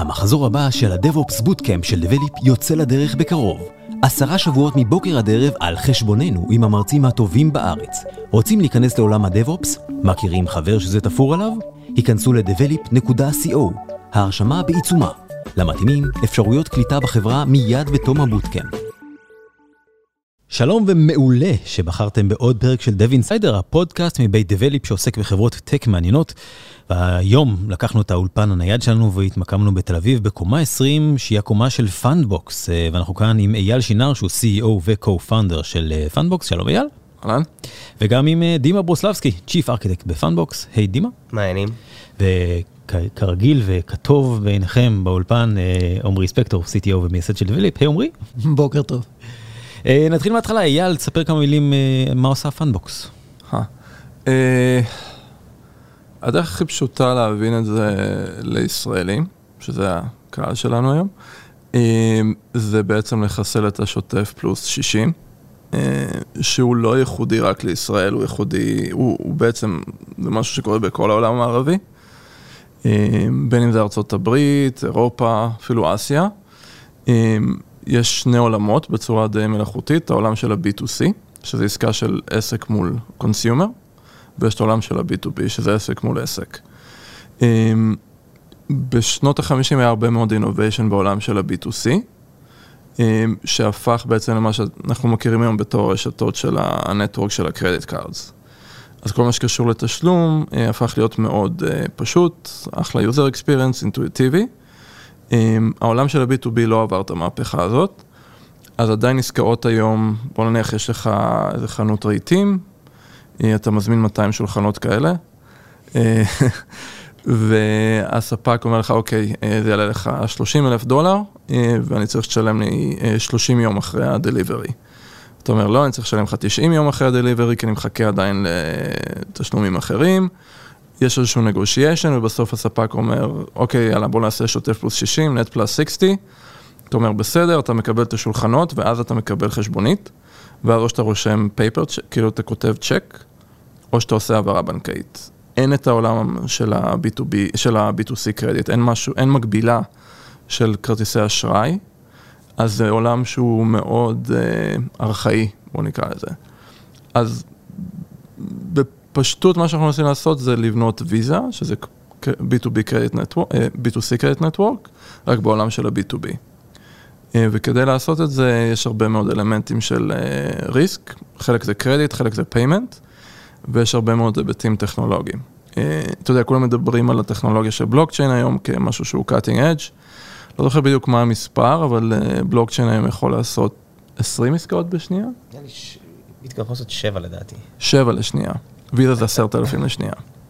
המחזור הבא של ה-DevOps Bootcamp של Develop יוצא לדרך בקרוב. 10 שבועות מבוקר עד ערב על חשבוננו עם המרצים הטובים בארץ. רוצים להיכנס לעולם ה-DevOps? מכירים חבר שזה תפור עליו? היכנסו ל-develop.co. ההרשמה בעיצומה. למתאימים אפשרויות קליטה בחברה מיד בתום הבוטקאמפ. שלום ומעולה שבחרתם בעוד פרק של Dev Insider, הפודקאסט מבית Develop שעוסק בחברות טק מעניינות. והיום לקחנו את האולפן הנייד שלנו והתמקמנו בתל אביב בקומה 20, שהיא הקומה של פאנדבוקס. ואנחנו כאן עם אייל שינר, שהוא CEO ו-co-founder של פאנדבוקס. שלום אייל. אהלן. וגם עם דימה ברוסלבסקי, Chief Architect בפאנדבוקס. היי דימה. מה העניינים? וכרגיל וכתוב בעיניכם באולפן, עומרי ספקטור, CTO ומייסד של Develop. היי עומרי. בוקר טוב. נתחיל מההתחלה, אייל, תספר כמה מילים מה עושה פאנדבוקס. הדרך הכי פשוטה להבין את זה לישראלים, שזה הקהל שלנו היום, זה בעצם לחסל את השוטף פלוס 60, שהוא לא ייחודי רק לישראל, הוא ייחודי, הוא בעצם, זה משהו שקורה בכל העולם המערבי, בין אם זה ארצות הברית, אירופה, אפילו אסיה. יש שני עולמות בצורה די מלאכותית, העולם של ה-B2C, שזה עסקה של עסק מול קונסיומר, ויש את העולם של ה-B2B, שזה עסק מול עסק. בשנות ה-50 היה הרבה מאוד innovation בעולם של ה-B2C, שהפך בעצם למה שאנחנו מכירים היום בתור רשתות של הנטוורק של ה-credit cards. אז כל מה שקשור לתשלום הפך להיות מאוד פשוט, אחלה user experience, אינטואיטיבי. העולם של ה-B2B לא עבר את המהפכה הזאת, אז עדיין עסקאות היום, בוא נניח יש לך איזה חנות רהיטים, אתה מזמין 200 שולחנות כאלה, והספק אומר לך, אוקיי, זה יעלה לך $30,000, ואני צריך לשלם לי 30 יום אחרי הדליברי. אתה אומר, לא, אני צריך לשלם לך 90 יום אחרי הדליברי, כי אני מחכה עדיין לתשלומים אחרים. יש איזשהו negotiation, ובסוף הספק אומר, אוקיי, יאללה, בוא נעשה שוטף פלוס 60, נט פלוס 60. אתה אומר, בסדר, אתה מקבל את השולחנות, ואז אתה מקבל חשבונית, ואז או שאתה רושם paper, כאילו אתה כותב צ'ק, או שאתה עושה העברה בנקאית. אין את העולם של ה-B2B, של ה-B2C קרדיט, אין משהו, אין מקבילה של כרטיסי אשראי, אז זה עולם שהוא מאוד ארכאי, בוא נקרא לזה. אז בפשטות מה שאנחנו מנסים לעשות זה לבנות ויזה, שזה B2B קרדיט נטוורק, B2C קרדיט נטוורק, רק בעולם של ה-B2B. וכדי לעשות את זה, יש הרבה מאוד אלמנטים של ריסק, חלק זה קרדיט, חלק זה פיימנט, ויש הרבה מאוד היבטים טכנולוגיים. אתה יודע, כולם מדברים על הטכנולוגיה של בלוקצ'יין היום, כמשהו שהוא cutting edge, לא זוכר בדיוק מה המספר, אבל בלוקצ'יין היום יכול לעשות 20 עסקאות בשנייה? מתכוון לעשות 7 לדעתי. 7 לשנייה. ויזה זה 10,000 לשנייה.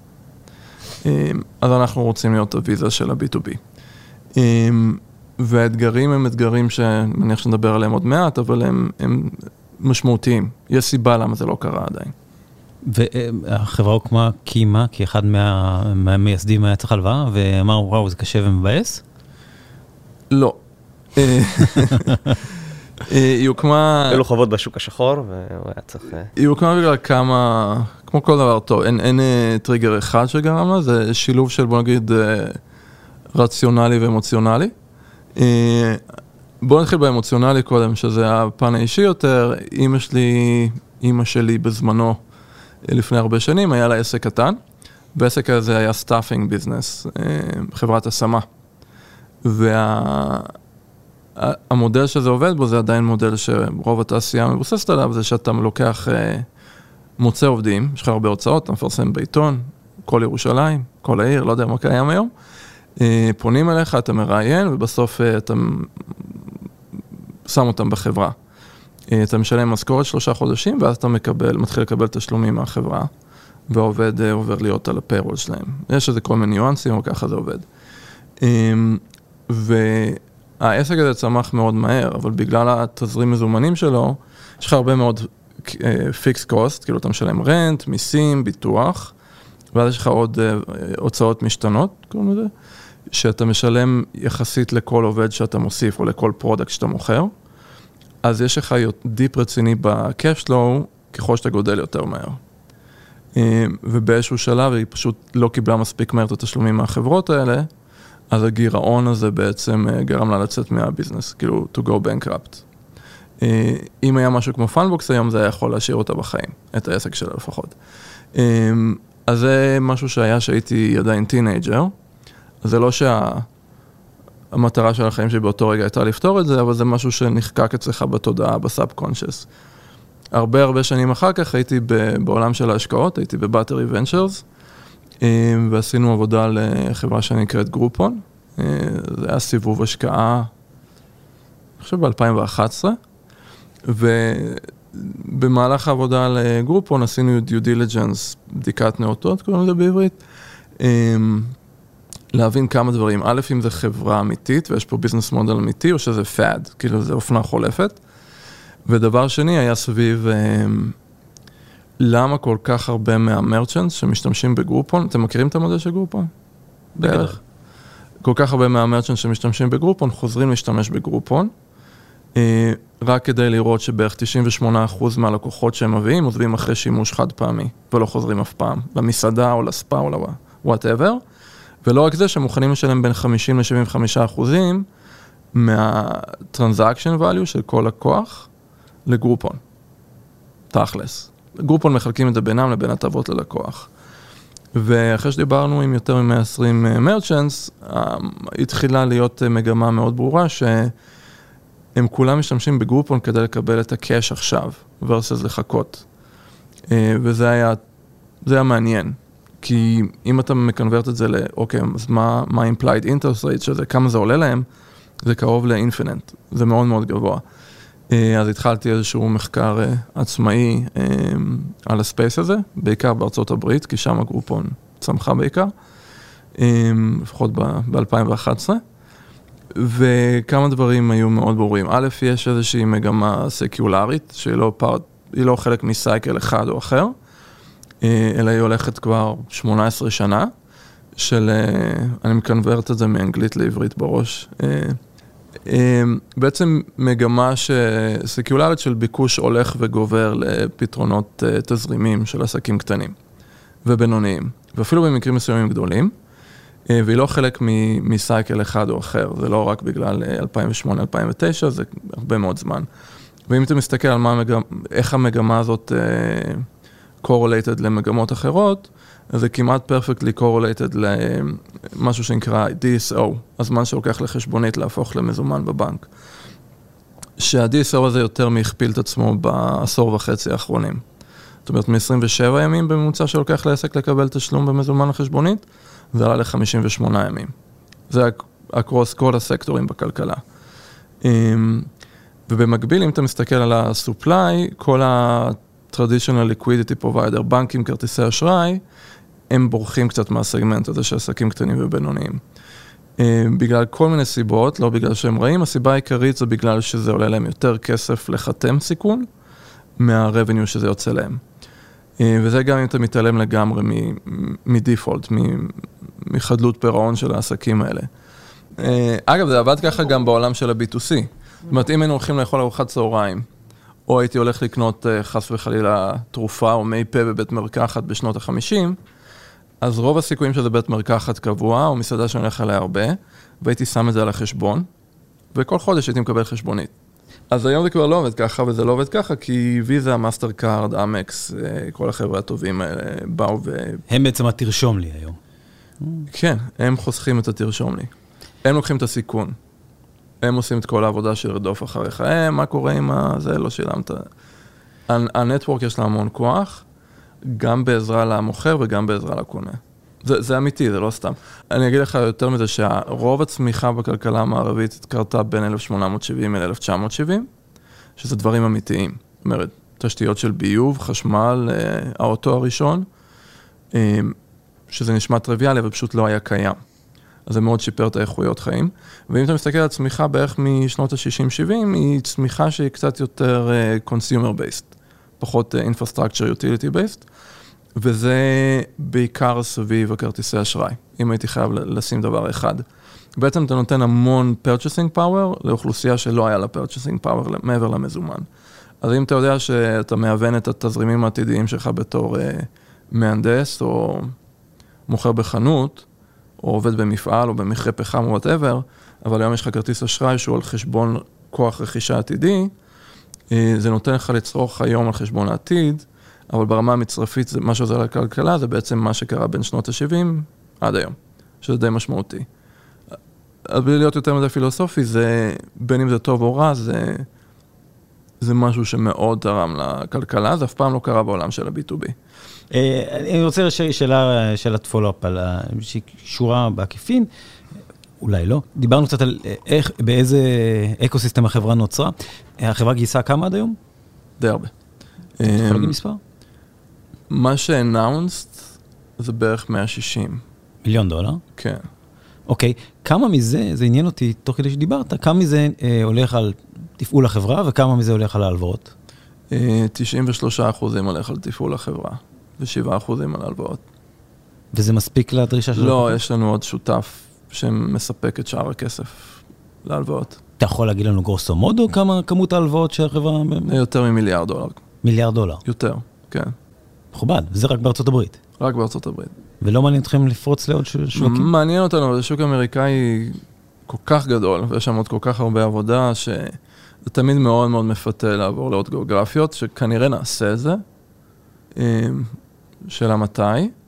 אז אנחנו רוצים להיות הוויזה של ה-B2B. והאתגרים הם אתגרים שמניח שנדבר עליהם עוד מעט, אבל הם משמעותיים. יש סיבה למה זה לא קרה עדיין. והחברה הוקמה קיימה, כי אחד מהמייסדים היה צריך הלוואה, ואמר, וואו, זה קשה ומבאס? לא. היא הוקמה... אלו חובות בשוק השחור, והוא היה צריך... היא הוקמה בגלל כמה... כמו כל דבר טוב, אין טריגר אחד שגרם לה, זה שילוב של, בוא נגיד, רציונלי ואמוציונלי. בואו נתחיל באמוציונלי קודם, שזה הפן האישי יותר. אמא שלי בזמנו, לפני הרבה שנים, היה לה עסק קטן, והעסק הזה היה סטאפינג ביזנס, חברת השמה. והמודל שזה עובד בו, זה עדיין מודל שרוב התעשייה מבוססת עליו, זה שאתה לוקח מוצא עובדים, יש לך הרבה הוצאות, אתה מפרסם בעיתון, כל ירושלים, כל העיר, לא יודע מה קיים היום, פונים אליך, אתה מראיין, ובסוף אתה שם אותם בחברה. אתה משלם משכורת 3 חודשים, ואז אתה מתחיל לקבל תשלומים מהחברה, והעובד עובר להיות על הפיירול שלהם. יש איזה כל מיני ניואנסים, וככה זה עובד. והעסק הזה צמח מאוד מהר, אבל בגלל התזרים מזומנים שלו, יש לך הרבה מאוד פיקס קוסט, כאילו אתה משלם רנט, מיסים, ביטוח, ואז יש לך עוד הוצאות משתנות, קוראים לזה, שאתה משלם יחסית לכל עובד שאתה מוסיף, או לכל פרודקט שאתה מוכר, אז יש לך דיפ רציני בקאש פלואו, ככל שאתה גודל יותר מהר. ובאיזשהו שלב היא פשוט לא קיבלה מספיק מהר את התשלומים מהחברות האלה, אז הגירעון הזה בעצם גרם לה לצאת מהביזנס, כאילו to go bankrupt. אם היה משהו כמו פאנבוקס היום, זה היה יכול להשאיר אותה בחיים, את העסק שלה לפחות. אז זה משהו שהיה שהייתי עדיין טינאג'ר, אז זה לא שהמטרה של החיים שלי באותו רגע הייתה לפתור את זה, אבל זה משהו שנחקק אצלך בתודעה, בסאב-קונשס. הרבה שנים אחר כך הייתי בעולם של ההשקעות, הייתי בבטרי ונצ'רס, ועשינו עבודה לחברה שנקראת גרופון. זה היה סיבוב השקעה, אני חושב ב-2011, ובמהלך העבודה לגרופון עשינו דיו דיליג'נס, בדיקת נאותות, קוראים לזה בעברית, להבין כמה דברים. א', אם זה חברה אמיתית, ויש פה ביזנס מודל אמיתי, או שזה פאד, כאילו זה אופנה חולפת. ודבר שני היה סביב, למה כל כך הרבה מהמרצ'נטס שמשתמשים בגרופון, אתם מכירים את המודל של גרופון? בערך. כל כך הרבה מהמרצ'נטס שמשתמשים בגרופון, חוזרים להשתמש בגרופון, רק כדי לראות שבערך 98% מהלקוחות שהם מביאים, עוזבים אחרי שימוש חד פעמי, ולא חוזרים אף פעם, למסעדה או לספא או whatever, ולא רק זה שמוכנים לשלם בין 50 ל-75% מה-transaction value של כל לקוח לגרופון. תכלס. גרופון מחלקים את זה בינם לבין הטבות ללקוח. ואחרי שדיברנו עם יותר מ-120 מרצ'נטס, התחילה להיות מגמה מאוד ברורה שהם כולם משתמשים בגרופון כדי לקבל את הקאש עכשיו, versus לחכות. וזה היה מעניין. כי אם אתה מקנברט את זה אוקיי, אז מה implied interest rate, שזה כמה זה עולה להם, זה קרוב לאינפיננט. זה מאוד מאוד גבוה. אז התחלתי איזשהו מחקר עצמאי על הספייס הזה, בעיקר בארצות הברית, כי שם הגרופון צמחה בעיקר, לפחות ב-2011, וכמה דברים היו מאוד ברורים. א', יש איזושהי מגמה סקיולרית, שהיא לא חלק מסייקל אחד או אחר, אלא היא הולכת כבר 18 שנה, אני מקנברט את זה מאנגלית לעברית בראש, בעצם מגמה סקיולרית של ביקוש הולך וגובר לפתרונות תזרימים של עסקים קטנים ובינוניים, ואפילו במקרים מסוימים גדולים, והיא לא חלק מסייקל אחד או אחר, זה לא רק בגלל 2008-2009, זה הרבה מאוד זמן. ואם אתה מסתכל על איך המגמה הזאת correlated למגמות אחרות, אז זה כמעט perfectly correlated למשהו שנקרא DSO, הזמן שלוקח לחשבונית להפוך למזומן בבנק. שה-DSO הזה יותר מהכפיל את עצמו בעשור וחצי האחרונים. זאת אומרת, מ-27 ימים בממוצע שלוקח לעסק לקבל תשלום במזומן לחשבונית, זה עלה ל-58 ימים. זה אקרוס כל הסקטורים בכלכלה. ובמקביל, אם אתה מסתכל על ה-supply, כל ה-traditional liquidity provider, בנקים, כרטיסי אשראי, הם בורחים קצת מהסגמנט הזה של עסקים קטנים ובינוניים. בגלל כל מיני סיבות, לא בגלל שהם רעים, הסיבה העיקרית זה בגלל שזה עולה להם יותר כסף לחתם סיכון, מהרבניו שזה יוצא להם. וזה גם אם אתה מתעלם לגמרי מדיפולט, מחדלות פירעון של העסקים האלה. אגב, זה עבד ככה גם בעולם של ה-B2C. זאת אומרת, אם היינו הולכים לאכול ארוחת צהריים, או הייתי הולך לקנות חס וחלילה תרופה או מי פה בבית מרקחת בשנות ה-50, אז רוב הסיכויים שזה בית מרקחת קבוע, או מסעדה שאני הולך עליה הרבה, והייתי שם את זה על החשבון, וכל חודש הייתי מקבל חשבונית. אז היום זה כבר לא עובד ככה, וזה לא עובד ככה, כי ויזה, מאסטר קארד, אמקס, כל החבר'ה הטובים האלה באו הם בעצם התרשום לי היום. כן, הם חוסכים את התרשום לי. הם לוקחים את הסיכון. הם עושים את כל העבודה של רדוף אחריך. מה קורה עם זה? לא שילמת. הנטוורק יש לה המון כוח, גם בעזרה למוכר וגם בעזרה לקונה. זה אמיתי, זה לא סתם. אני אגיד לך יותר מזה שהרוב הצמיחה בכלכלה המערבית קרתה בין 1870 ל-1970, שזה דברים אמיתיים. זאת אומרת, תשתיות של ביוב, חשמל, האוטו הראשון, שזה נשמע טריוויאלי, אבל פשוט לא היה קיים. אז זה מאוד שיפר את האיכויות חיים. ואם אתה מסתכל על צמיחה בערך משנות ה-60-70, היא צמיחה שהיא קצת יותר consumer based, פחות infrastructure utility based, וזה בעיקר סביב הכרטיסי אשראי, אם הייתי חייב לשים דבר אחד. בעצם אתה נותן המון purchasing power לאוכלוסייה שלא היה לה purchasing power מעבר למזומן. אז אם אתה יודע שאתה מהוון את התזרימים העתידיים שלך בתור מהנדס או מוכר בחנות, או עובד במפעל, או במכרה פחם, או whatever, אבל היום יש לך כרטיס אשראי שהוא על חשבון כוח רכישה עתידי, זה נותן לך לצרוך היום על חשבון העתיד, אבל ברמה המצרפית, מה שעוזר לכלכלה, זה בעצם מה שקרה בין שנות ה-70 עד היום, שזה די משמעותי. אז בלי להיות יותר מדי פילוסופי, זה, בין אם זה טוב או רע, זה משהו שמאוד תרם לכלכלה, זה אף פעם לא קרה בעולם של ה-B2B. אני רוצה שאלת פולו-אפ על שורה בעקיפין, אולי לא. דיברנו קצת על איך, באיזה אקוסיסטם החברה נוצרה. החברה גייסה כמה עד היום? די הרבה. אתה יכול להגיד מספר? מה ש-announced זה בערך 160. מיליון דולר? כן. אוקיי, כמה מזה, זה עניין אותי תוך כדי שדיברת, כמה מזה הולך על תפעול החברה וכמה מזה הולך על ההלוואות? 93% הולך על תפעול החברה, ו7% על ההלוואות. וזה מספיק לדרישה של... לא, יש לנו עוד שותף שמספק את שאר הכסף להלוואות. אתה יכול להגיד לנו גרוסו מודו כמה כמות ההלוואות של החברה? יותר ממיליארד דולר. מיליארד דולר? יותר, כן. מכובד, וזה רק בארצות הברית? רק בארצות הברית. ולא מעניין אתכם לפרוץ לעוד שווקים? מעניין אותנו, אבל השוק האמריקאי כל כך גדול, ויש שם עוד כל כך הרבה עבודה, שזה תמיד מאוד מאוד מפתה לעבור לעוד גיאוגרפיות, שכנראה נעשה את זה, שאלה מתי,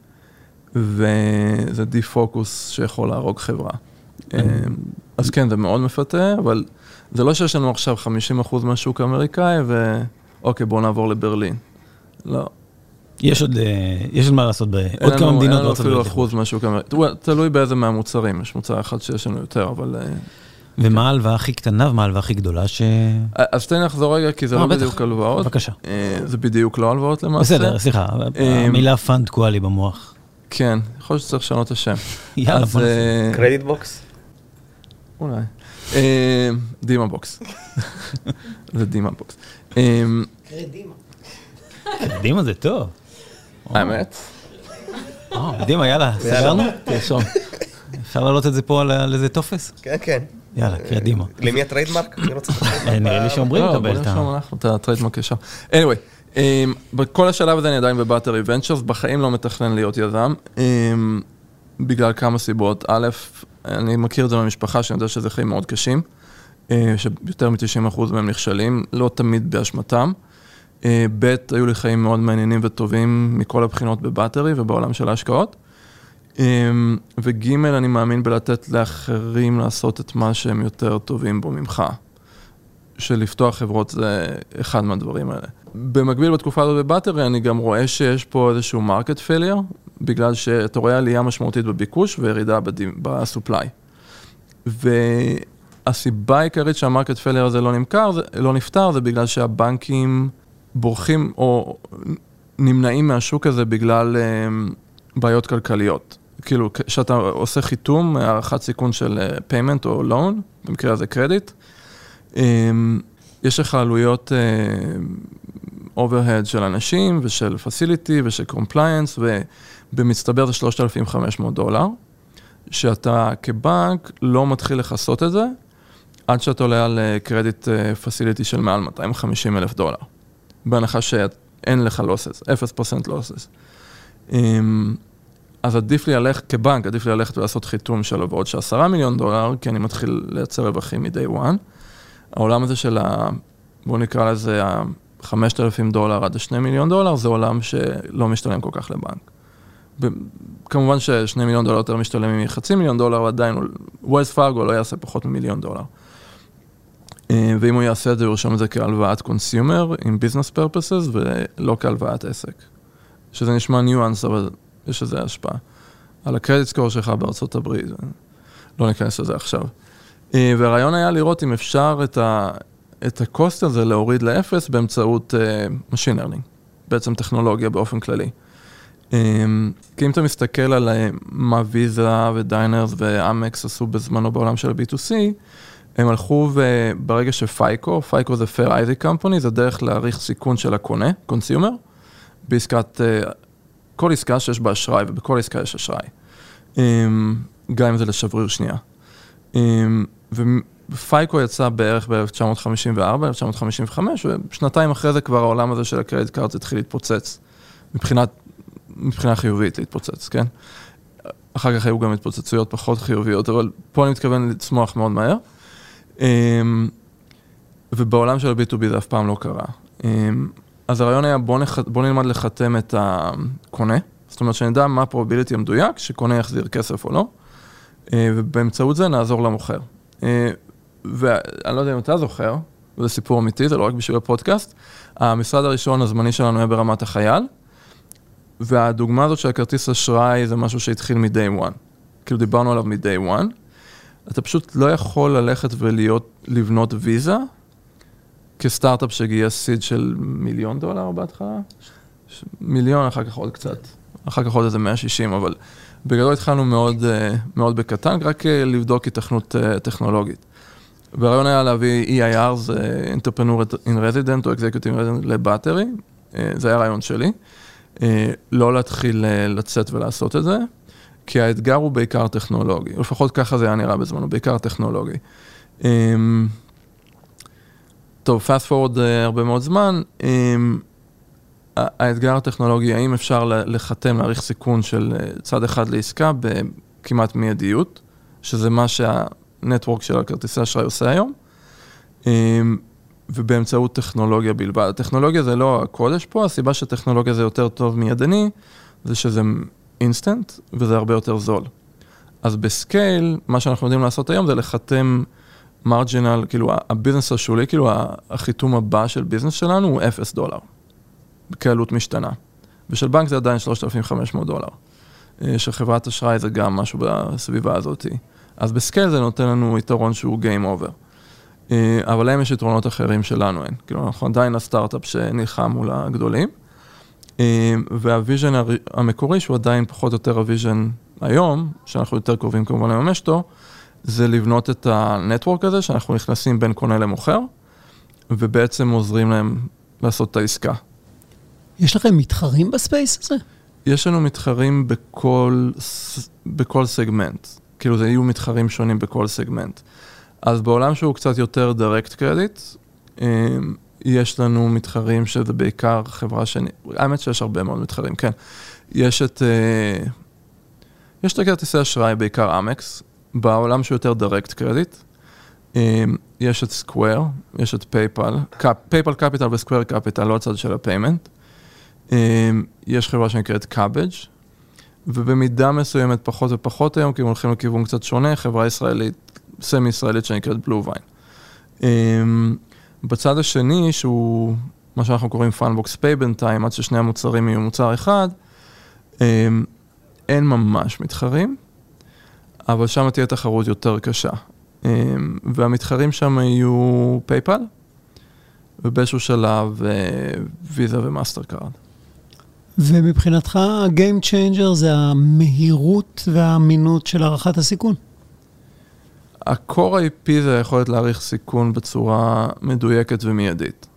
וזה די-פוקוס שיכול להרוג חברה. אז כן, זה מאוד מפתה, אבל זה לא שיש לנו עכשיו 50% מהשוק האמריקאי, ואוקיי, בואו נעבור לברלין. לא. יש עוד מה לעשות בעוד כמה מדינות. אין לנו אפילו אחוז מהשוק האמריקאי. תלוי באיזה מהמוצרים, יש מוצר אחד שיש לנו יותר, אבל... ומה ההלוואה הכי קטנה ומה ההלוואה הכי גדולה אז תן לחזור רגע, כי זה לא בדיוק הלוואות. בבקשה. זה בדיוק לא הלוואות למעשה. בסדר, סליחה, המילה פאנד תקועה לי במוח. כן, יכול להיות שצריך לשנות את השם. יאללה, בוא נעשה. קרדיט בוקס? אולי. דימה בוקס. זה דימה בוקס. קרדימה. קדימה זה טוב. האמת? קדימה, יאללה, סגרנו? תרשום. אפשר להעלות את זה פה על איזה טופס? כן, כן. יאללה, קדימה. למי הטריידמרק? נראה לי שאומרים לקבל את ה... בוא נרשום אנחנו את הטריידמרק ישר. anyway, בכל השלב הזה אני עדיין בבטרי ונצ'רס, בחיים לא מתכנן להיות יזם, בגלל כמה סיבות. א', אני מכיר את זה במשפחה, שאני יודע שזה חיים מאוד קשים, שיותר מ-90% מהם נכשלים, לא תמיד באשמתם. ב', היו לי חיים מאוד מעניינים וטובים מכל הבחינות בבטרי ובעולם של ההשקעות. וג', אני מאמין בלתת לאחרים לעשות את מה שהם יותר טובים בו ממך. שלפתוח חברות זה אחד מהדברים האלה. במקביל בתקופה הזאת בבטרי, אני גם רואה שיש פה איזשהו market failure, בגלל שאתה רואה עלייה משמעותית בביקוש וירידה בסופליי. והסיבה העיקרית שהמרקט פיילר הזה לא נפתר, זה בגלל שהבנקים בורחים או נמנעים מהשוק הזה בגלל בעיות כלכליות. כאילו, כשאתה עושה חיתום, הערכת סיכון של payment או loan, במקרה הזה קרדיט, יש לך עלויות overhead של אנשים ושל facility ושל compliance, ובמצטבר זה $3,500, שאתה כבנק לא מתחיל לחסות את זה, עד שאתה עולה על קרדיט facility של מעל $250,000, בהנחה שאין לך losses, 0% losses. אז עדיף לי ללכת כבנק, עדיף לי ללכת ולעשות חיתום שלו בעוד $10 מיליון, כי אני מתחיל לייצר רווחים מ-day one. העולם הזה של בואו נקרא לזה $5,000 עד $2 מיליון, זה עולם שלא משתלם כל כך לבנק. כמובן ש$2 מיליון יותר משתלם מ$0.5 מיליון, ועדיין ווילס פארגו לא יעשה פחות מ$1 מיליון. ואם הוא יעשה את זה, הוא ירשום את זה כהלוואת קונסיומר, עם business purposes, ולא כהלוואת עסק. שזה נשמע ניואנס, אבל יש לזה השפעה. על הקרדיט סקור שלך בארצות הברית, לא ניכנס לזה עכשיו. והרעיון היה לראות אם אפשר את הקוסט הזה להוריד לאפס באמצעות machine learning, בעצם טכנולוגיה באופן כללי. כי אם אתה מסתכל על מה ויזה ודיינרס ואמקס עשו בזמנו בעולם של ה-B2C, הם הלכו וברגע שפייקו זה Fair Isaac Company, זה דרך להעריך סיכון של הקונה, קונסיומר, בעסקת, כל עסקה שיש בה אשראי, ובכל עסקה יש אשראי. גם אם זה לשבריר שנייה. ופייקו יצא בערך ב-1954, 1955, ושנתיים אחרי זה כבר העולם הזה של הקרדיט קארד התחיל להתפוצץ, מבחינה חיובית להתפוצץ, כן? אחר כך היו גם התפוצצויות פחות חיוביות, אבל פה אני מתכוון לצמוח מאוד מהר. ובעולם של ה-B2B זה אף פעם לא קרה. אז הרעיון היה בוא נלמד לחתם את הקונה, זאת אומרת שנדע מה הפרוביליטי המדויק, שקונה יחזיר כסף או לא, ובאמצעות זה נעזור למוכר. ואני לא יודע אם אתה זוכר, זה סיפור אמיתי, זה לא רק בשביל הפודקאסט, המשרד הראשון הזמני שלנו היה ברמת החייל, והדוגמה הזאת של הכרטיס אשראי זה משהו שהתחיל מ-day one. כאילו דיברנו עליו מ-day one. אתה פשוט לא יכול ללכת ולבנות ויזה, כסטארט-אפ שגייס סיד של $1,000,000 בהתחלה. מיליון, אחר כך עוד קצת. אחר כך עוד איזה 160, אבל בגדול התחלנו מאוד, מאוד בקטן, רק לבדוק התכנות טכנולוגית. והרעיון היה להביא EIR, זה Entrepreneur in Resident או Executive in Resident לבטרי. זה היה הרעיון שלי. לא להתחיל לצאת ולעשות את זה, כי האתגר הוא בעיקר טכנולוגי. לפחות ככה זה היה נראה בזמנו, בעיקר טכנולוגי. טוב, fast forward הרבה מאוד זמן, האתגר הטכנולוגי, האם אפשר לחתם, להעריך סיכון של צד אחד לעסקה בכמעט מיידיות, שזה מה שהנטוורק של הכרטיסי אשראי עושה היום, ובאמצעות טכנולוגיה בלבד. הטכנולוגיה זה לא הקודש פה, הסיבה שטכנולוגיה זה יותר טוב מידני, זה שזה אינסטנט, וזה הרבה יותר זול. אז בסקייל, מה שאנחנו יודעים לעשות היום זה לחתם מרג'ינל, כאילו הביזנס השולי, כאילו החיתום הבא של ביזנס שלנו הוא $0, כעלות משתנה. ושל בנק זה עדיין $3,500. של חברת אשראי זה גם משהו בסביבה הזאת. אז בסקייל זה נותן לנו יתרון שהוא game over. אבל להם יש יתרונות אחרים שלנו אין. כאילו אנחנו עדיין הסטארט-אפ שנלחם מול הגדולים. והוויז'ן המקורי, שהוא עדיין פחות או יותר הוויז'ן היום, שאנחנו יותר קרובים כמובן לממש אותו, זה לבנות את הנטוורק הזה, שאנחנו נכנסים בין קונה למוכר, ובעצם עוזרים להם לעשות את העסקה. יש לכם מתחרים בספייס הזה? יש לנו מתחרים בכל סגמנט. כאילו זה יהיו מתחרים שונים בכל סגמנט. אז בעולם שהוא קצת יותר direct credit, יש לנו מתחרים שזה בעיקר חברה האמת שיש הרבה מאוד מתחרים, כן. יש את הכרטיסי אשראי, בעיקר אמקס, בעולם שהוא יותר direct credit, יש את סקוואר, יש את פייפל, פייפל קפיטל וסקוואר קפיטל, לא הצד של הפיימנט, יש חברה שנקראת קאבג' ובמידה מסוימת פחות ופחות היום, כי הם הולכים לכיוון קצת שונה, חברה ישראלית, סמי ישראלית שנקראת בלו ויין. בצד השני, שהוא מה שאנחנו קוראים פאנבוקס פיי בינתיים, עד ששני המוצרים יהיו מוצר אחד, אין ממש מתחרים, אבל שם תהיה תחרות יותר קשה. והמתחרים שם יהיו פייפל, ובאיזשהו שלב ויזה ומאסטר קארד. ומבחינתך, ה-game changer זה המהירות והאמינות של הערכת הסיכון? ה-core IP זה יכולת להעריך סיכון בצורה מדויקת ומיידית.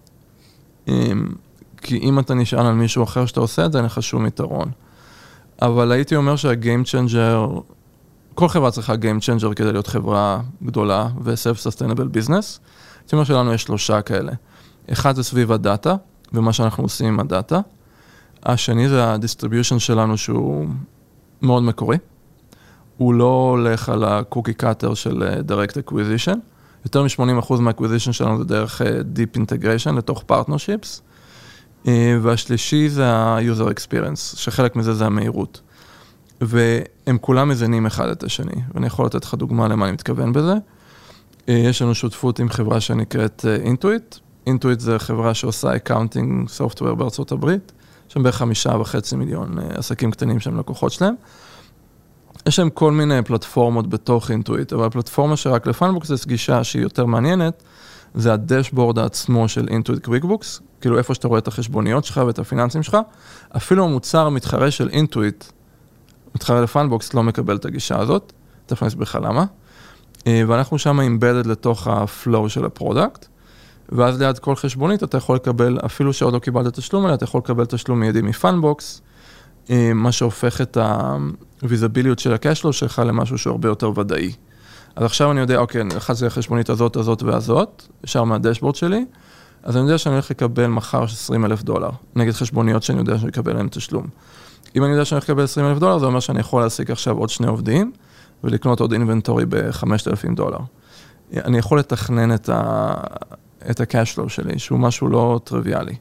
כי אם אתה נשען על מישהו אחר שאתה עושה את זה, אין לך שום יתרון. אבל הייתי אומר שה-game changer, כל חברה צריכה game changer כדי להיות חברה גדולה ו-self-sustainable business. הייתי אומר שלנו יש 3 כאלה. אחד זה סביב הדאטה, ומה שאנחנו עושים עם הדאטה. השני זה ה-distribution שלנו שהוא מאוד מקורי. הוא לא הולך על ה-cookie cutter של direct acquisition. יותר מ-80% מה-acquisition שלנו זה דרך deep integration לתוך partnerships. והשלישי זה ה-user experience, שחלק מזה זה המהירות. והם כולם מזנים אחד את השני. ואני יכול לתת לך דוגמה למה אני מתכוון בזה. יש לנו שותפות עם חברה שנקראת Intuit. Intuit זה חברה שעושה accounting software בארצות הברית. יש שם בערך 5.5 מיליון עסקים קטנים שהם לקוחות שלהם. יש להם כל מיני פלטפורמות בתוך Intuit, אבל הפלטפורמה שרק לפאנבוקס זה גישה שהיא יותר מעניינת, זה הדשבורד עצמו של Intuit QuickBooks, כאילו איפה שאתה רואה את החשבוניות שלך ואת הפיננסים שלך, אפילו המוצר המתחרה של Intuit, מתחרה לפאנבוקס, לא מקבל את הגישה הזאת, תכף נסביר לך למה, ואנחנו שם embedded לתוך הפלואו של הפרודקט, ואז ליד כל חשבונית אתה יכול לקבל, אפילו שעוד לא קיבלת תשלום עליה, אתה יכול לקבל תשלום מיידי מפאנבוקס, מה שהופך את הוויזביליות של הקשלו שלך למשהו שהוא הרבה יותר ודאי. אז עכשיו אני יודע, אוקיי, אחד זה החשבונית הזאת, הזאת והזאת, ישר מהדשבורד שלי, אז אני יודע שאני הולך לקבל מחר $20,000, נגד חשבוניות שאני יודע שאני אקבל להם תשלום. אם אני יודע שאני הולך לקבל $20,000, זה אומר שאני יכול להשיג עכשיו עוד 2 עובדים, ולקנות עוד אינבנטורי $5,000. אני יכול לתכנן את ה-cash flow שלי, שהוא משהו לא טריוויאלי.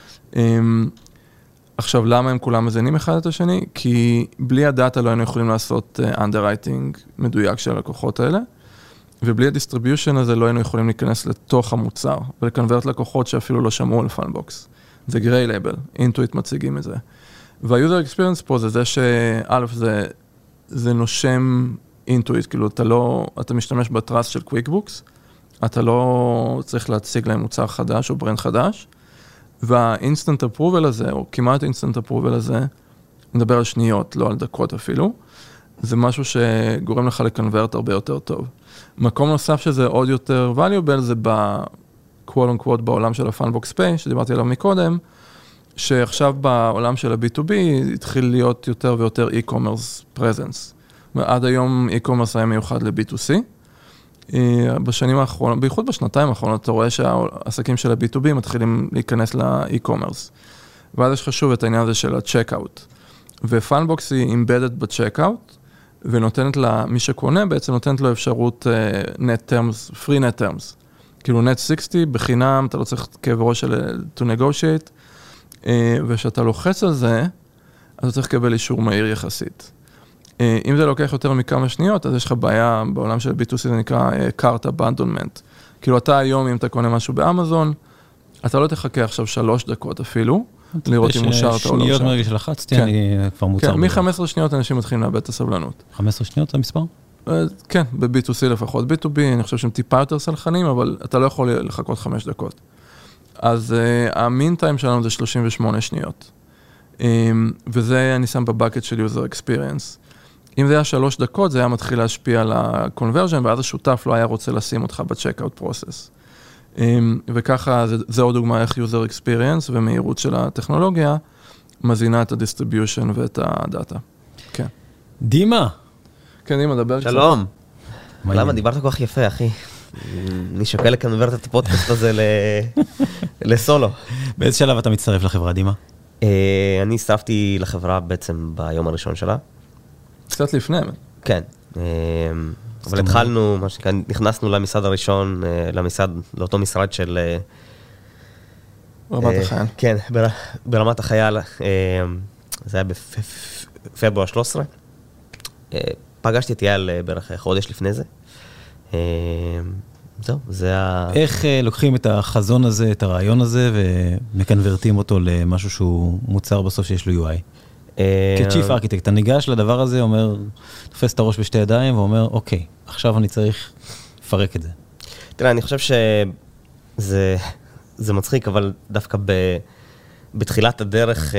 עכשיו, למה הם כולם מזינים אחד את השני? כי בלי הדאטה לא היינו יכולים לעשות underwriting מדויק של הלקוחות האלה, ובלי הדיסטריביושן הזה לא היינו יכולים להיכנס לתוך המוצר, ולקנברט לקוחות שאפילו לא שמעו על פאנבוקס. זה גריי לייבל, אינטואיט מציגים את זה. וה-user experience פה זה זה שא' זה נושם אינטואיט, כאילו אתה משתמש בטראסט של קוויקבוקס, אתה לא צריך להציג להם מוצר חדש או ברנד חדש, והאינסטנט אפרובל הזה, או כמעט אינסטנט אפרובל הזה, נדבר על שניות, לא על דקות אפילו, זה משהו שגורם לך לקנברט הרבה יותר טוב. מקום נוסף שזה עוד יותר valuable, זה ב-quote unquote בעולם של ה-Funbox Pay, שדיברתי עליו מקודם, שעכשיו בעולם של ה-B2B התחיל להיות יותר ויותר e-commerce presence. עד היום e-commerce היה מיוחד ל-B2C. בשנים האחרונות, בייחוד בשנתיים האחרונות, אתה רואה שהעסקים של ה-B2B מתחילים להיכנס ל-e-commerce. ואז יש חשוב את העניין הזה של ה-checkout. ו-Funbox היא embedded ב-checkout, ונותנת לה, מי שקונה בעצם נותנת לו אפשרות net terms, free net terms. כאילו net 60 בחינם, אתה לא צריך כאב ראש של to negotiate, ושאתה לוחץ על זה, אז אתה צריך לקבל אישור מהיר יחסית. אם זה לוקח יותר מכמה שניות, אז יש לך בעיה בעולם של B2C, זה נקרא cart abandonment. כאילו אתה היום, אם אתה קונה משהו באמזון, אתה לא תחכה עכשיו 3 דקות אפילו, לראות אם אושרת או לא אושרת. שניות מרגע שלחצתי, אני כבר מוצר. כן, מ-15 שניות אנשים מתחילים לאבד את הסבלנות. 15 שניות זה המספר? כן, ב-B2C לפחות. B2B, אני חושב שהם טיפה יותר סלחנים, אבל אתה לא יכול לחכות 5 דקות. אז המין טיים שלנו זה 38 שניות. וזה אני שם בבקט של user experience. אם זה היה 3 דקות, זה היה מתחיל להשפיע על ה-conversion, ואז השותף לא היה רוצה לשים אותך ב-checkout process. וככה, זה עוד דוגמה איך user experience ומהירות של הטכנולוגיה, מזינה את ה-distribution ואת הדאטה. כן. דימה. כן, דימה, דבר קצת. שלום. למה? דיברת כל כך יפה, אחי. אני שוקל לקנברט את הפודקאסט הזה לסולו. באיזה שלב אתה מצטרף לחברה, דימה? אני הצטרפתי לחברה בעצם ביום הראשון שלה. קצת לפני. כן. אבל התחלנו, נכנסנו למשרד הראשון, לאותו משרד של... רמת החייל. כן, ברמת החייל. זה היה בפברואר 13. פגשתי את יעל בערך חודש לפני זה. זהו, זה ה... איך לוקחים את החזון הזה, את הרעיון הזה, ומקנברטים אותו למשהו שהוא מוצר בסוף שיש לו UI? כצ'יפ ארכיטקט, אתה ניגש לדבר הזה, אומר, תופס את הראש בשתי ידיים, ואומר, אוקיי, עכשיו אני צריך לפרק את זה. תראה, אני חושב שזה מצחיק, אבל דווקא בתחילת הדרך,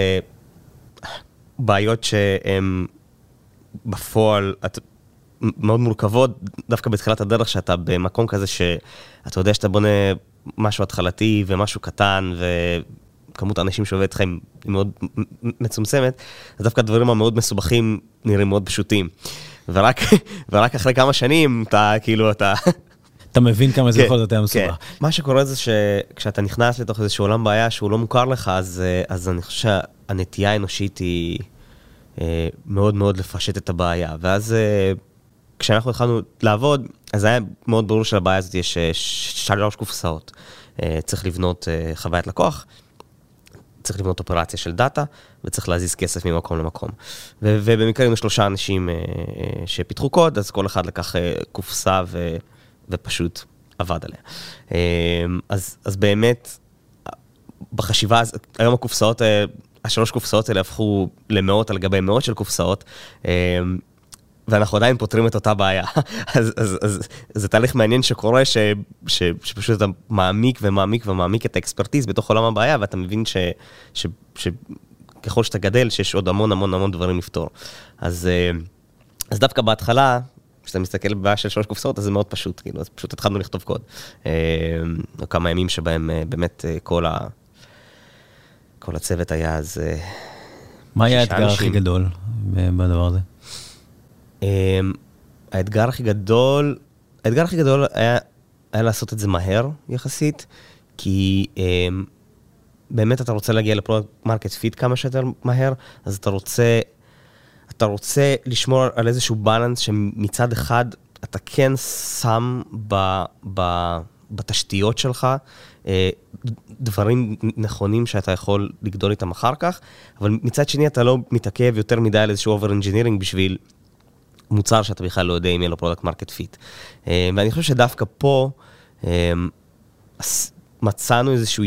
בעיות שהן בפועל מאוד מורכבות, דווקא בתחילת הדרך שאתה במקום כזה שאתה יודע שאתה בונה משהו התחלתי ומשהו קטן וכמות האנשים שעובד איתך היא מאוד מצומצמת, אז דווקא הדברים המאוד מסובכים נראים מאוד פשוטים. ורק אחרי כמה שנים אתה כאילו אתה מבין כמה זה יכול להיות היה מסובך. מה שקורה זה שכשאתה נכנס לתוך איזשהו עולם בעיה שהוא לא מוכר לך, אז אני חושב שהנטייה האנושית היא מאוד מאוד לפשט את הבעיה. ואז כשאנחנו התחלנו לעבוד, אז היה מאוד ברור שלבעיה הזאת יש 3 קופסאות. צריך לבנות חוויית לקוח, צריך לבנות אופרציה של דאטה, וצריך להזיז כסף ממקום למקום. ובמקרה היינו 3 אנשים שפיתחו קוד, אז כל אחד לקח קופסה ופשוט עבד עליה. אז באמת, בחשיבה, היום הקופסאות, 3 קופסאות האלה הפכו למאות על גבי מאות של קופסאות, ואנחנו עדיין פותרים את אותה בעיה. אז זה תהליך מעניין שקורה, שפשוט אתה מעמיק ומעמיק ומעמיק את האקספרטיז בתוך עולם הבעיה, ואתה מבין שככל שאתה גדל, שיש עוד המון המון המון דברים לפתור. אז דווקא בהתחלה, כשאתה מסתכל בבעיה של 3 קופסאות, אז זה מאוד פשוט, כאילו, אז פשוט התחלנו לכתוב קוד. כמה ימים שבהם באמת כל הצוות היה אז... מה היה האתגר הכי גדול בדבר הזה? האתגר הכי גדול היה לעשות את זה מהר יחסית, כי באמת אתה רוצה להגיע לפרודקט מרקט פיט כמה שיותר מהר, אז אתה רוצה לשמור על איזשהו בלנס שמצד אחד אתה כן שם בתשתיות שלך דברים נכונים שאתה יכול לגדול איתם אחר כך, אבל מצד שני אתה לא מתעכב יותר מדי על איזשהו אובר אנג'ינירינג בשביל מוצר שאתה בכלל לא יודע אם יהיה לו פרודקט מרקט פיט. ואני חושב שדווקא פה מצאנו איזשהו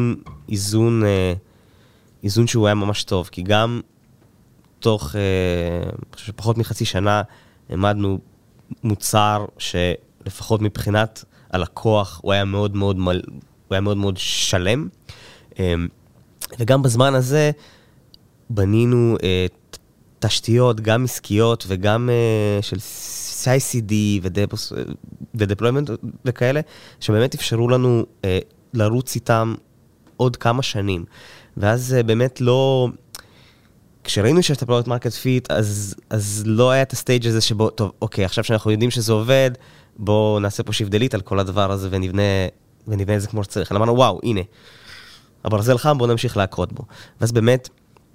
איזון שהוא היה ממש טוב, כי גם תוך פחות מחצי שנה העמדנו מוצר שלפחות מבחינת הלקוח הוא היה מאוד מאוד שלם, וגם בזמן הזה בנינו תשתיות גם עסקיות וגם של CICD ודפלוימנט וכאלה, שבאמת אפשרו לנו לרוץ איתם עוד כמה שנים. ואז באמת לא, כשראינו שיש את הפרודקט מרקט פיט, אז לא היה את הסטייג' הזה שבו, טוב, אוקיי, עכשיו שאנחנו יודעים שזה עובד, בואו נעשה פה שיפט דליט על כל הדבר הזה ונבנה את זה כמו שצריך. אמרנו, וואו, הנה, הברזל חם, בואו נמשיך להקרות בו. ואז באמת,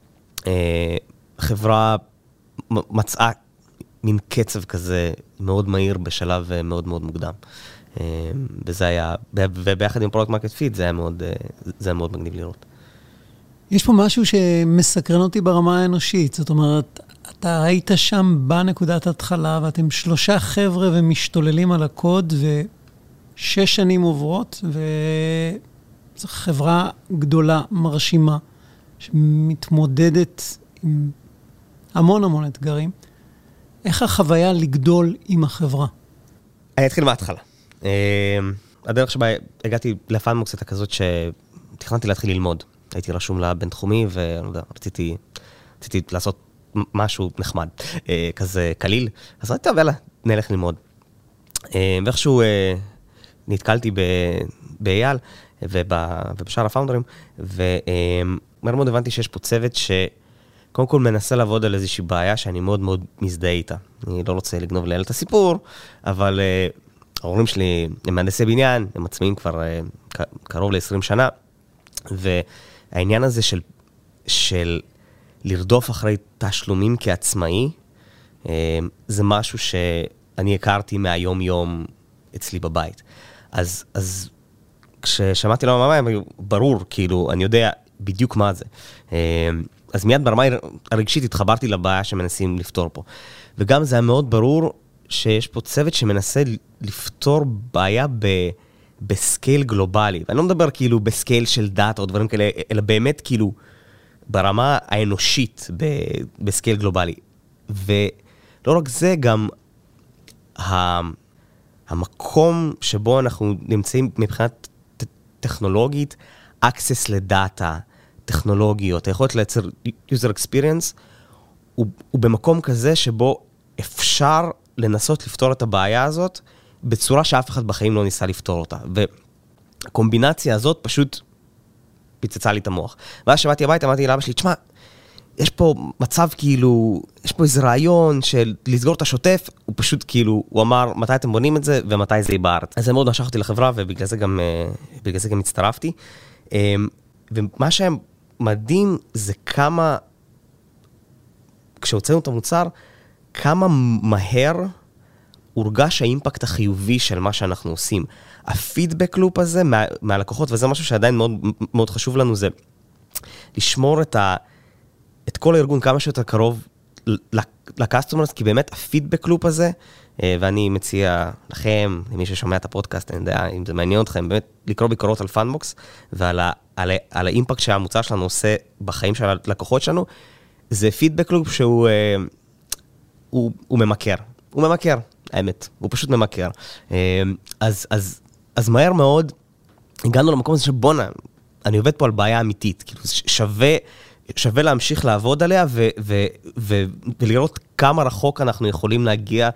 החברה מצאה מין קצב כזה מאוד מהיר בשלב מאוד מאוד מוקדם. וזה היה, וביחד עם פרודקט מרקט פיט, זה היה מאוד מגניב לראות. יש פה משהו שמסקרן אותי ברמה האנושית, זאת אומרת, אתה היית שם בנקודת התחלה, ואתם 3 חבר'ה ומשתוללים על הקוד, ו6 שנים עוברות, וזו חברה גדולה, מרשימה, שמתמודדת עם המון אתגרים. איך החוויה לגדול עם החברה? אני אתחיל מההתחלה. הדרך שבה הגעתי לפאנמוקס הייתה כזאת שתכננתי להתחיל ללמוד. הייתי רשום לבן תחומי, ורציתי לעשות משהו נחמד, כזה קליל. אז ראיתי, יאללה, נלך ללמוד. ואיכשהו נתקלתי באייל ובשאר הפאונדרים, ומאוד מאוד הבנתי שיש פה צוות שקודם כל מנסה לעבוד על איזושהי בעיה שאני מאוד מאוד מזדהה איתה. אני לא רוצה לגנוב לאל את הסיפור, אבל ההורים שלי הם מהנדסי בניין, הם עצמאים כבר קרוב ל-20 שנה, והעניין הזה של לרדוף אחרי תשלומים כעצמאי, זה משהו שאני הכרתי מהיום-יום אצלי בבית. אז כששמעתי לו מה, ברור, כאילו, אני יודע בדיוק מה זה. אז מיד ברמה הרגשית התחברתי לבעיה שמנסים לפתור פה. וגם זה היה מאוד ברור שיש פה צוות שמנסה לפתור בעיה בסקייל גלובלי. ואני לא מדבר כאילו בסקייל של דאטה או דברים כאלה, אלא באמת כאילו ברמה האנושית בסקייל גלובלי. ולא רק זה, גם המקום שבו אנחנו נמצאים מבחינת טכנולוגית, access לדאטה, טכנולוגיות, היכולת לייצר user experience, הוא במקום כזה שבו אפשר לנסות לפתור את הבעיה הזאת, בצורה שאף אחד בחיים לא ניסה לפתור אותה. והקומבינציה הזאת פשוט פיצצה לי את המוח. ואז שבאתי הביתה, אמרתי לאבא שלי, תשמע, יש פה מצב כאילו, יש פה איזה רעיון של לסגור את השוטף, הוא פשוט כאילו, הוא אמר, מתי אתם בונים את זה ומתי זה יבארט. אז זה מאוד משך אותי לחברה, ובגלל זה גם הצטרפתי. ומה שהיה מדהים זה כמה, כשהוצאנו את המוצר, כמה מהר הורגש האימפקט החיובי של מה שאנחנו עושים. הפידבק לופ הזה מהלקוחות, וזה משהו שעדיין מאוד, מאוד חשוב לנו, זה לשמור את כל הארגון כמה שיותר קרוב לקסטומרס, כי באמת הפידבק לופ הזה, ואני מציע לכם, למי ששומע את הפודקאסט, אני יודע, אם זה מעניין אתכם, באמת לקרוא ביקורות על פאנבוקס, ועל האימפקט שהמוצר שלנו עושה בחיים של הלקוחות שלנו, זה פידבק לופ שהוא ממכר. הוא ממכר, האמת. הוא פשוט ממכר. אז מהר מאוד, הגענו למקום הזה שבונה, אני עובד פה על בעיה אמיתית, כאילו שווה להמשיך לעבוד עליה, ולראות כמה רחוק אנחנו יכולים להגיע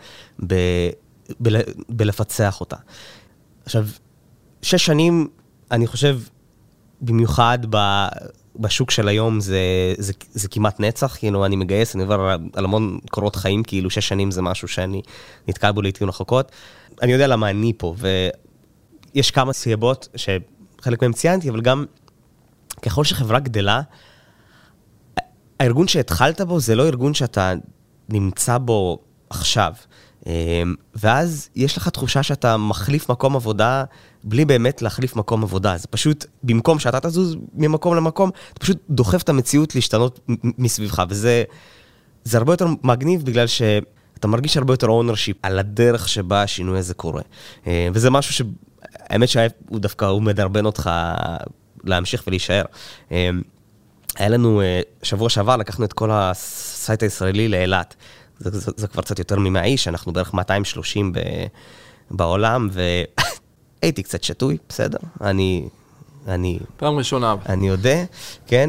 בלפצח אותה. עכשיו, 6 שנים, אני חושב, במיוחד בשוק של היום, זה כמעט נצח, כאילו אני מגייס, אני עובר על המון קורות חיים, כאילו 6 שנים זה משהו שאני נתקל בו לעתים רחוקות. אני יודע למה אני פה, ויש כמה סיבות שחלק מהם ציינתי, אבל גם ככל שחברה גדלה, הארגון שהתחלת בו זה לא ארגון שאתה נמצא בו עכשיו. ואז יש לך תחושה שאתה מחליף מקום עבודה, בלי באמת להחליף מקום עבודה. זה פשוט, במקום שאתה תזוז ממקום למקום, אתה פשוט דוחף את המציאות להשתנות מסביבך, וזה הרבה יותר מגניב, בגלל שאתה מרגיש הרבה יותר ownership על הדרך שבה השינוי הזה קורה. וזה משהו שהאמת שהוא דווקא הוא מדרבן אותך להמשיך ולהישאר. היה לנו שבוע שעבר, לקחנו את כל הסייט הישראלי לאילת. זה כבר קצת יותר מ100 איש, אנחנו בערך 230 בעולם, והייתי קצת שטוי, בסדר? פעם ראשונה. אני יודע, כן,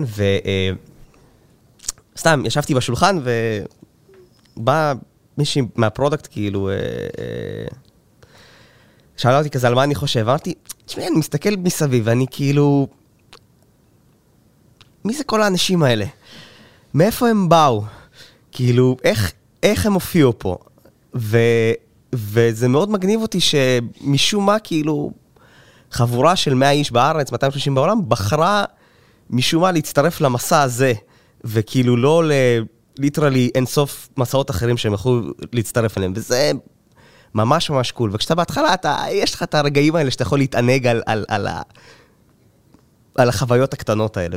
סתם, ישבתי בשולחן, ובא מישהי מהפרודקט, כאילו, שאלה אותי כזה על מה אני חושב, אמרתי, תשמעי, אני מסתכל מסביב, ואני כאילו, מי זה כל האנשים האלה? מאיפה הם באו? כאילו, איך הם הופיעו פה? וזה מאוד מגניב אותי שמשום מה, כאילו, חבורה של 100 איש בארץ, 230 בעולם, בחרה משום מה להצטרף למסע הזה, וכאילו לא ליטרלי אינסוף מסעות אחרים שהם יכולו להצטרף אליהם, וזה ממש ממש קול. וכשאתה בהתחלה, יש לך את הרגעים האלה שאתה יכול להתענג על החוויות הקטנות האלה,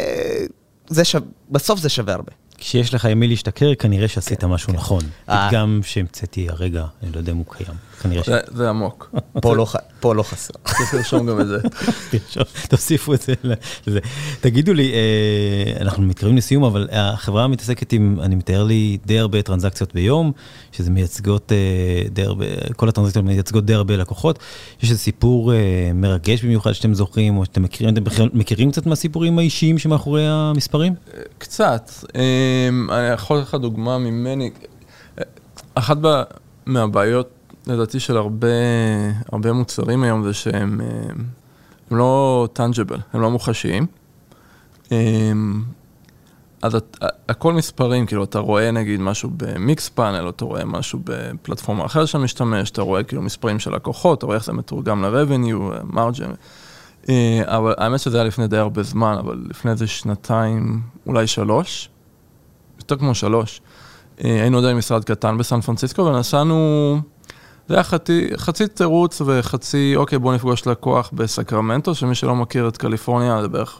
בסוף זה שווה הרבה. כשיש לך עם מי להשתכר, כנראה שעשית משהו נכון. גם שהמצאתי הרגע, אני לא יודע אם הוא קיים. זה עמוק. פה לא חסר. צריך לרשום גם את זה. תוסיפו את זה. תגידו לי, אנחנו מתקרבים לסיום, אבל החברה מתעסקת עם, אני מתאר לי, די הרבה טרנזקציות ביום, שזה מייצגות די הרבה, כל הטרנזקציות מייצגות די הרבה לקוחות. יש איזה סיפור מרגש במיוחד שאתם זוכרים, או שאתם מכירים קצת מהסיפורים האישיים שמאחורי המספרים? קצת. אני יכול לך דוגמה ממני. אחת מהבעיות, לדעתי, של הרבה מוצרים היום, זה שהם לא tangible, הם לא מוחשיים. אז הכל מספרים, כאילו, אתה רואה נגיד משהו במיקס פאנל, או אתה רואה משהו בפלטפורמה אחרת שאתה משתמש, אתה רואה כאילו מספרים של לקוחות, אתה רואה איך זה מתורגם ל-revenue, מרג'ן. אבל האמת שזה היה לפני די הרבה זמן, אבל לפני זה 2, אולי 3, יותר כמו 3. היינו די משרד קטן בסן פרנסיסקו, ונסענו, זה היה חצי תירוץ וחצי, אוקיי, בוא נפגוש לקוח בסקרמנטו, שמי שלא מכיר את קליפורניה, זה בערך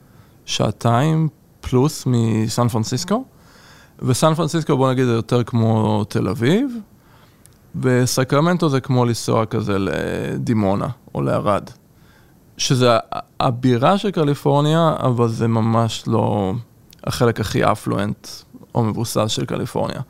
2 פלוס מסן פרנסיסקו, וסן פרנסיסקו, בוא נגיד, זה יותר כמו תל אביב, וסקרמנטו זה כמו לנסוע כזה לדימונה או לערד. שזה הבירה של קליפורניה, אבל זה ממש לא החלק הכי אפלואנט או מבוסס של קליפורניה.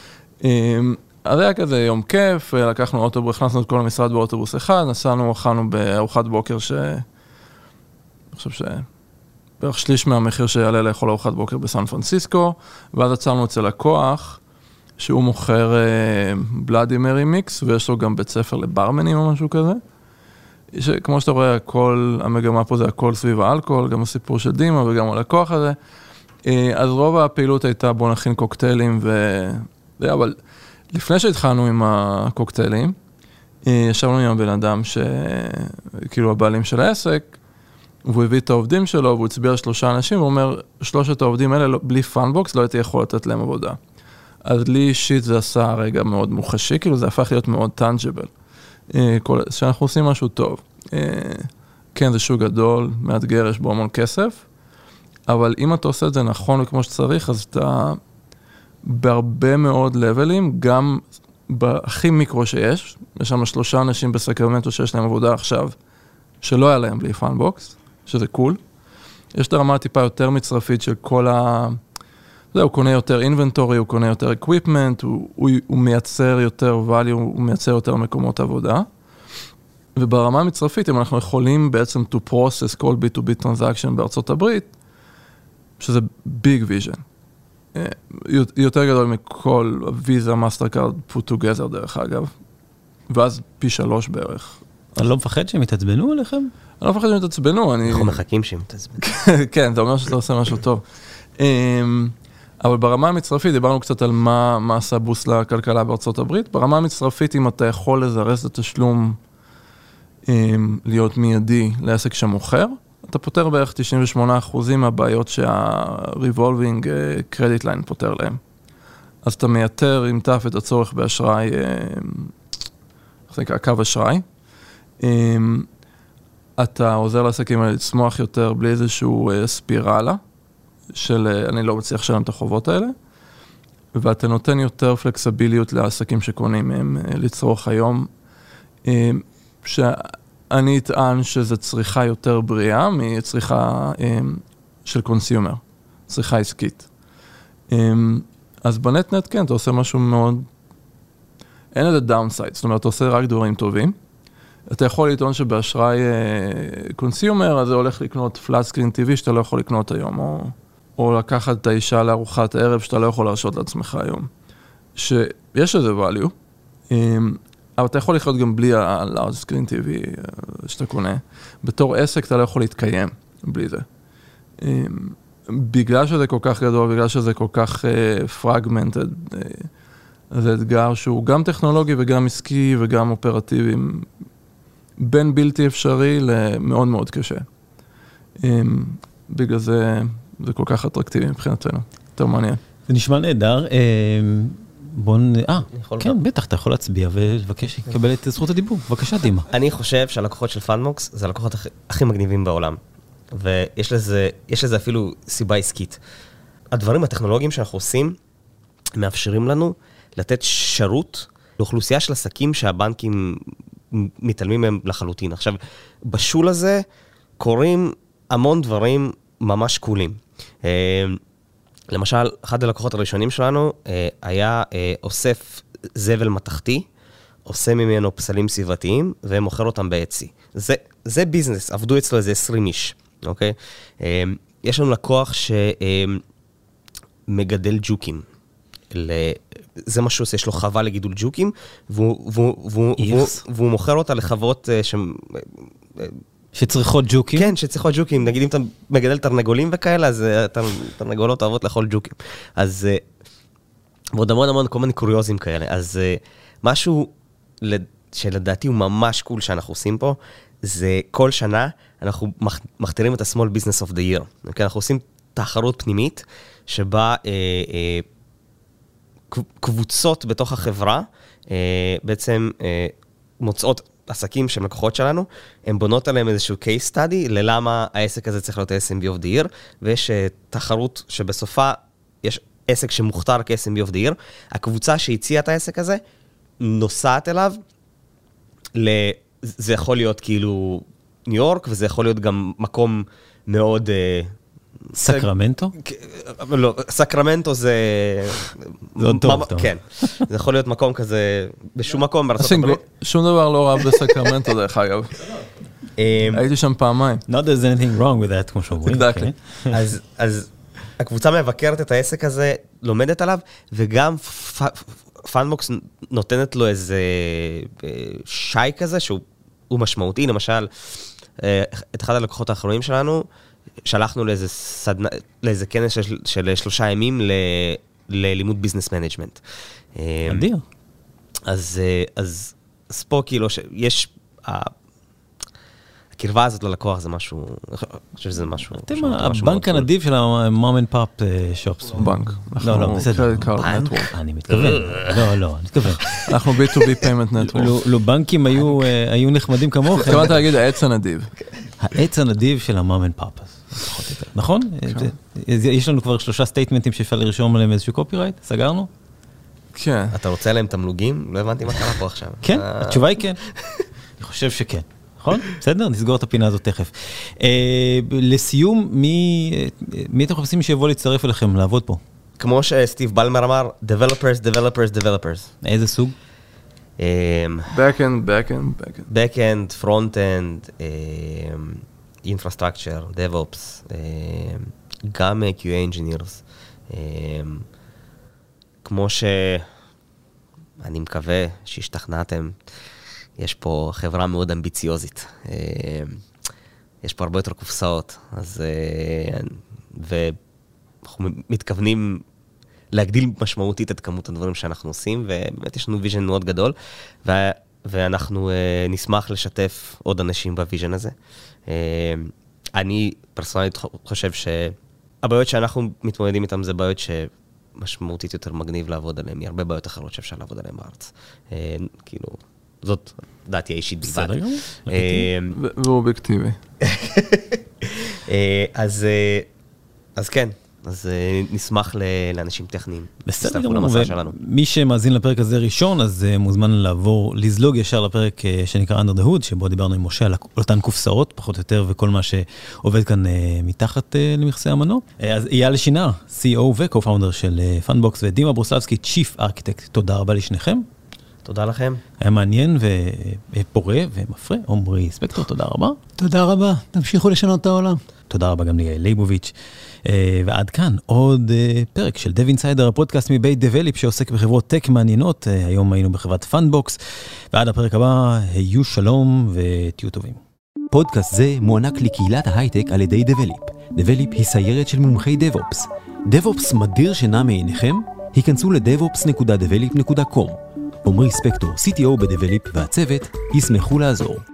אז היה כזה יום כיף, לקחנו אוטובוס, הכנסנו את כל המשרד באוטובוס אחד, נסענו, אכלנו בארוחת בוקר אני חושב בערך שליש מהמחיר שיעלה לאכול ארוחת בוקר בסן פרנסיסקו, ואז יצאנו אצל לקוח, שהוא מוכר בלאדי מרי מיקס, ויש לו גם בית ספר לברמנים או משהו כזה. כמו שאתה רואה, המגמה פה זה הכל סביב האלכוהול, גם הסיפור של דימה וגם הלקוח הזה. אז רוב הפעילות הייתה בוא נכין קוקטיילים אבל לפני שהתחלנו עם הקוקטיילים, ישבנו עם הבן אדם שכאילו הבעלים של העסק, והוא הביא את העובדים שלו, והוא הצביע 3 אנשים, והוא אומר, 3 העובדים האלה, בלי פאנבוקס, לא הייתי יכול לתת להם עבודה. אז לי אישית זה עשה רגע מאוד מוחשי, כאילו זה הפך להיות מאוד טנג'יבל. שאנחנו עושים משהו טוב. כן, זה שוק גדול, מאתגר, יש בו המון כסף, אבל אם אתה עושה את זה נכון וכמו שצריך, אז אתה בהרבה מאוד לבלים, גם בהכי מיקרו שיש, יש שם 3 אנשים בסקרמנטו שיש להם עבודה עכשיו, שלא היה להם בלי פאנבוקס, שזה קול. יש את הרמה טיפה יותר מצרפית של כל הוא קונה יותר inventory, הוא קונה יותר equipment, הוא מייצר יותר value, הוא מייצר יותר מקומות עבודה. וברמה המצרפית, אם אנחנו יכולים בעצם to process כל B2B transaction בארצות הברית, שזה big vision. יותר גדול מכל ויזה, מאסטרקארד, put together דרך אגב. ואז פי 3 בערך. אני לא מפחד שהם יתעצבנו עליכם? אני לא מפחד שהם יתעצבנו. אנחנו מחכים שהם יתעצבנו. כן, זה אומר שאתה עושה משהו טוב. אבל ברמה המצרפית, דיברנו קצת על מה עשה בוס לכלכלה בארצות הברית. ברמה המצרפית, אם אתה יכול לזרז את התשלום להיות מיידי לעסק שמוכר, אתה פותר בערך 98% מהבעיות שה-revolving credit line פותר להם. אז אתה מייתר עם תף את הצורך באשראי, איך זה נקרא, קו אשראי. אתה עוזר לעסקים האלה לצמוח יותר בלי איזשהו ספירלה, של אני לא מצליח לשלם את החובות האלה, ואתה נותן יותר פלקסביליות לעסקים שקונים מהם לצרוך היום, שאני אטען שזה צריכה יותר בריאה מצריכה של קונסיומר, צריכה עסקית. אז בנט-נט כן, אתה עושה משהו מאוד, אין לזה דאונסייד, זאת אומרת, אתה עושה רק דברים טובים. אתה יכול לטעון שבאשראי קונסיומר, אז זה הולך לקנות פלאט סקרין טבעי שאתה לא יכול לקנות היום, או לקחת את האישה לארוחת ערב שאתה לא יכול להרשות לעצמך היום. שיש לזה value, אבל אתה יכול לחיות גם בלי ה-large screen TV שאתה קונה. בתור עסק אתה לא יכול להתקיים בלי זה. בגלל שזה כל כך גדול, בגלל שזה כל כך fragmented, זה אתגר שהוא גם טכנולוגי וגם עסקי וגם אופרטיבי, בין בלתי אפשרי למאוד מאוד קשה. בגלל זה כל כך אטרקטיבי מבחינתנו. יותר מעניין. זה נשמע נהדר. כן, בטח, אתה יכול להצביע ולבקש לקבל את זכות הדיבור. בבקשה, דימה. אני חושב שהלקוחות של פאנמוקס זה הלקוחות הכי מגניבים בעולם. ויש לזה אפילו סיבה עסקית. הדברים הטכנולוגיים שאנחנו עושים מאפשרים לנו לתת שירות לאוכלוסייה של עסקים שהבנקים מתעלמים מהם לחלוטין. עכשיו, בשול הזה קורים המון דברים ממש קולים. למשל, אחד הלקוחות הראשונים שלנו היה אוסף זבל מתכתי, עושה ממנו פסלים סביבתיים, ומוכר אותם באצי. זה ביזנס, עבדו אצלו איזה 20 איש, אוקיי? יש לנו לקוח שמגדל ג'וקים. זה מה שהוא עושה, יש לו חווה לגידול ג'וקים, והוא מוכר אותה לחברות שצריכות ג'וקים? כן, שצריכות ג'וקים. נגיד אם אתה מגדל תרנגולים וכאלה, אז תרנגולות אוהבות לאכול ג'וקים. אז, ועוד המון כל מיני קוריוזים כאלה. אז משהו שלדעתי הוא ממש קול שאנחנו עושים פה, זה כל שנה אנחנו מכתירים את ה-Small Business of the Year. אנחנו עושים תחרות פנימית, שבה קבוצות בתוך החברה, בעצם מוצאות עסקים שהם לקוחות שלנו, הם בונות עליהם איזשהו case study, ללמה העסק הזה צריך להיות SMB of the year, ויש תחרות שבסופה יש עסק שמוכתר כ-SMB of the year, הקבוצה שהציעה את העסק הזה, נוסעת אליו, זה יכול להיות כאילו ניו יורק, וזה יכול להיות גם מקום מאוד סקרמנטו? לא, סקרמנטו זה... זה עוד טוב. כן, זה יכול להיות מקום כזה, בשום מקום בארצות הברית. שום דבר לא רע בסקרמנטו דרך אגב. הייתי שם פעמיים. Not there's anything wrong with that, כמו שאומרים. אז הקבוצה מבקרת את העסק הזה, לומדת עליו, וגם פאנמוקס נותנת לו איזה שי כזה, שהוא משמעותי. למשל, את אחד הלקוחות האחרונים שלנו, שלחנו לאיזה כנס של 3 ימים ללימוד ביזנס מנג'מנט. אדיר. אז פה כאילו יש... הקרבה הזאת ללקוח זה משהו, אני חושב שזה משהו... אתם הבנק הנדיב של המום אנד פאפ שופס. בנק. לא, בסדר. בנק? אני מתכוון. לא, אני מתכוון. אנחנו B2B payment network. לא בנקים היו נחמדים כמוך. התכוונת להגיד העץ הנדיב. העץ הנדיב של המום אנד פאפ. נכון? יש לנו כבר 3 סטייטמנטים שאפשר לרשום עליהם איזשהו קופירייט? סגרנו? כן. אתה רוצה עליהם תמלוגים? לא הבנתי מה קרה פה עכשיו. כן, התשובה היא כן. אני חושב שכן. נכון? בסדר? נסגור את הפינה הזאת תכף. לסיום, מי אתם חופשים שיבוא להצטרף אליכם לעבוד פה? כמו שסטיב בלמר אמר, developers. איזה סוג? Backend, frontend, infrastructure, DevOps, גם QA engineers. כמו שאני מקווה שהשתכנעתם, יש פה חברה מאוד אמביציוזית. יש פה הרבה יותר קופסאות, ואנחנו מתכוונים להגדיל משמעותית את כמות הדברים שאנחנו עושים, ובאמת יש לנו ויז'ן מאוד גדול, ואנחנו נשמח לשתף עוד אנשים בוויז'ן הזה. אני פרסונלית חושב שהבעיות שאנחנו מתמודדים איתן זה בעיות שמשמעותית יותר מגניב לעבוד עליהן, מהרבה בעיות אחרות שאפשר לעבוד עליהן בארץ. כאילו, זאת דעתי האישית בלבד. בסדר, והוא אובייקטיבי. אז כן, אז נשמח לאנשים טכניים. בסדר גמור, ומי שמאזין לפרק הזה ראשון, אז מוזמן לעבור, לזלוג ישר לפרק שנקרא Under the Hood, שבו דיברנו עם משה על אותן קופסאות, פחות או יותר, וכל מה שעובד כאן מתחת למכסה המנוע. אז אייל שינר, CEO ו-Co-Founder של Fundbox, ודימה ברוסלבסקי, Chief Architect, תודה רבה לשניכם. תודה לכם. היה מעניין ופורה ומפרה. עומרי ספקטור, תודה רבה. תודה רבה, תמשיכו לשנות את העולם. תודה רבה גם ליאל ליבוביץ'. ועד כאן עוד פרק של Dev Insider, הפודקאסט מבית דבליפ שעוסק בחברות טק מעניינות. היום היינו בחברת Fundbox, ועד הפרק הבא, היו שלום ותהיו טובים. פודקאסט זה מוענק לקהילת ההייטק על ידי דבליפ. דבליפ היא סיירת של מומחי DevOps. DevOps מדיר שינה מעיניכם? היכנסו ל-devops.develop.com. עומרי ספקטור, CTO בדבליפ והצוות, ישמחו לעזור.